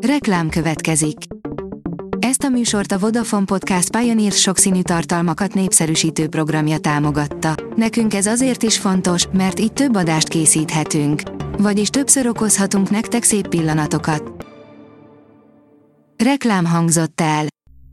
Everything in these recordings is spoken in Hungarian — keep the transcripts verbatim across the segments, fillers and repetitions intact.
Reklám következik. Ezt a műsort a Vodafone Podcast Pioneer sokszínű tartalmakat népszerűsítő programja támogatta. Nekünk ez azért is fontos, mert így több adást készíthetünk. Vagyis többször okozhatunk nektek szép pillanatokat. Reklám hangzott el.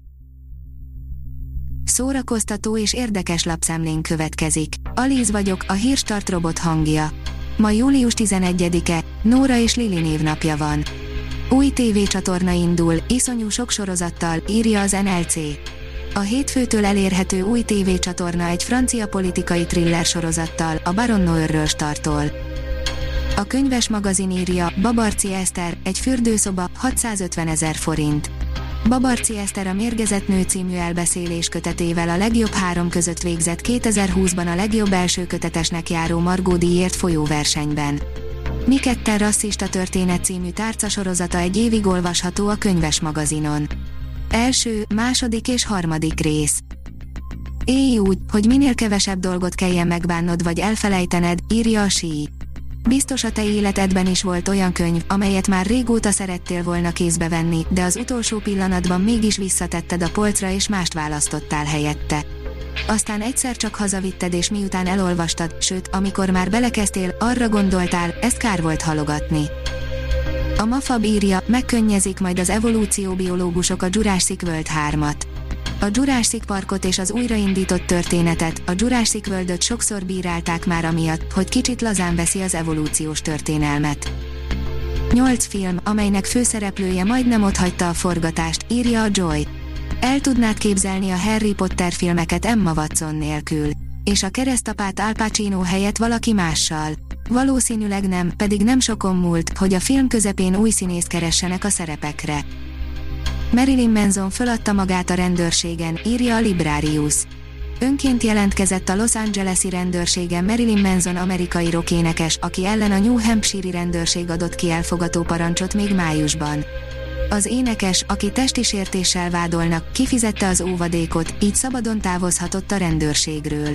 Szórakoztató és érdekes lapszemlén következik. Alíz vagyok, a Hírstart robot hangja. Ma július tizenegyedike, Nóra és Lili névnapja van. Új tévécsatorna indul, iszonyú sok sorozattal, írja az en el cé. A hétfőtől elérhető új tévécsatorna egy francia politikai thriller sorozattal, a Baron Noirről startol. A könyves magazin írja, Babarczy Eszter, egy fürdőszoba, hatszázötvenezer forint. Babarczy Eszter a Mérgezett nő című elbeszélés kötetével a legjobb három között végzett kétezer-húszban a legjobb első kötetesnek járó Margó díjért folyó versenyben. Mi ketten rasszista történet című tárcasorozata egy évig olvasható a könyves magazinon. Első, második és harmadik rész. Élj úgy, hogy minél kevesebb dolgot kelljen megbánnod vagy elfelejtened, írja a sí. Biztos a te életedben is volt olyan könyv, amelyet már régóta szerettél volna kézbe venni, de az utolsó pillanatban mégis visszatetted a polcra és mást választottál helyette. Aztán egyszer csak hazavitted és miután elolvastad, sőt, amikor már belekezdtél, arra gondoltál, ezt kár volt halogatni. A Mafab írja, megkönnyezik majd az evolúcióbiológusok a Jurassic World hármat. A Jurassic Parkot és az újraindított történetet, a Jurassic Worldot sokszor bírálták már amiatt, hogy kicsit lazán veszi az evolúciós történelmet. Nyolc film, amelynek főszereplője majdnem otthagyta a forgatást, írja a Joy. El tudnád képzelni a Harry Potter filmeket Emma Watson nélkül? És a keresztapát Al Pacino helyett valaki mással? Valószínűleg nem, pedig nem sokon múlt, hogy a film közepén új színészt keressenek a szerepekre. Marilyn Manson föladta magát a rendőrségen, írja a Librarius. Önként jelentkezett a Los Angeles-i rendőrségen Marilyn Manson amerikai rockénekes, aki ellen a New Hampshire-i rendőrség adott ki elfogató parancsot még májusban. Az énekes, aki testi sértéssel vádolnak, kifizette az óvadékot, így szabadon távozhatott a rendőrségről.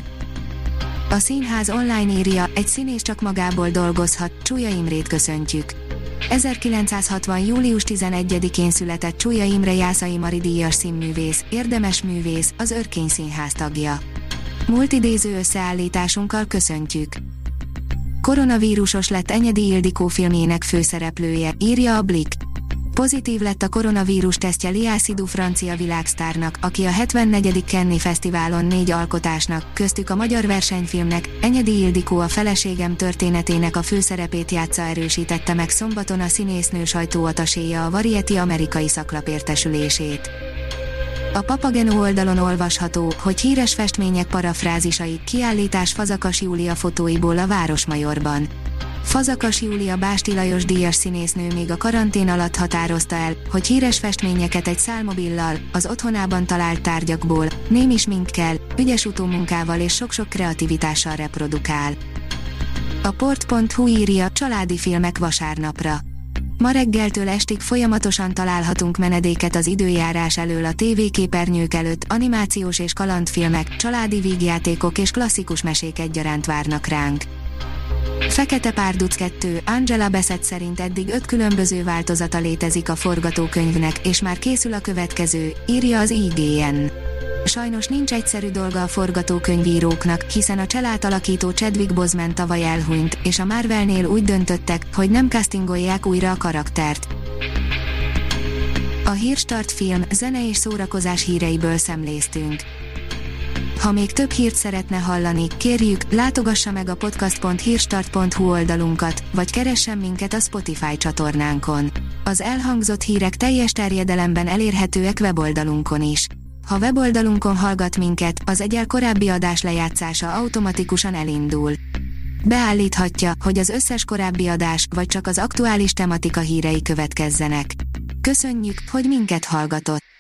A színház online írja, egy színész csak magából dolgozhat, Csúlya Imrét köszöntjük. ezerkilencszázhatvan. július tizenegyedikén született Csúlya Imre Jászai Mari díjas színművész, érdemes művész, az Örkény Színház tagja. Multidéző összeállításunkkal köszöntjük. Koronavírusos lett Enyedi Ildikó filmjének főszereplője, írja a Blick. Pozitív lett a koronavírus tesztje Liá Sidhu francia világsztárnak, aki a hetvennegyedik Cannes Fesztiválon négy alkotásnak, köztük a magyar versenyfilmnek, Enyedi Ildikó a feleségem történetének a főszerepét játsza erősítette meg szombaton a színésznő sajtóataséja a Variety amerikai szaklapértesülését. A Papageno oldalon olvasható, hogy híres festmények parafrázisai, kiállítás Fazakas Júlia fotóiból a Városmajorban. Fazakas Júlia Básti Lajos díjas színésznő még a karantén alatt határozta el, hogy híres festményeket egy szálmobillal, az otthonában talált tárgyakból, némi sminkkel, ügyes utómunkával és sok-sok kreativitással reprodukál. A port pont hu írja, családi filmek vasárnapra. Ma reggeltől estig folyamatosan találhatunk menedéket az időjárás elől a tévéképernyők előtt, animációs és kalandfilmek, családi vígjátékok és klasszikus mesék egyaránt várnak ránk. Fekete párduc kettő, Angela Bassett szerint eddig öt különböző változata létezik a forgatókönyvnek, és már készül a következő, írja az i gé en. Sajnos nincs egyszerű dolga a forgatókönyvíróknak, hiszen a Cselát alakító Chadwick Boseman tavaly elhunyt, és a Marvelnél úgy döntöttek, hogy nem castingolják újra a karaktert. A Hírstart film, zene és szórakozás híreiből szemléztünk. Ha még több hírt szeretne hallani, kérjük, látogassa meg a podcast pont hírstart pont hu oldalunkat, vagy keressen minket a Spotify csatornánkon. Az elhangzott hírek teljes terjedelemben elérhetőek weboldalunkon is. Ha weboldalunkon hallgat minket, az egyel korábbi adás lejátszása automatikusan elindul. Beállíthatja, hogy az összes korábbi adás, vagy csak az aktuális tematika hírei következzenek. Köszönjük, hogy minket hallgatott!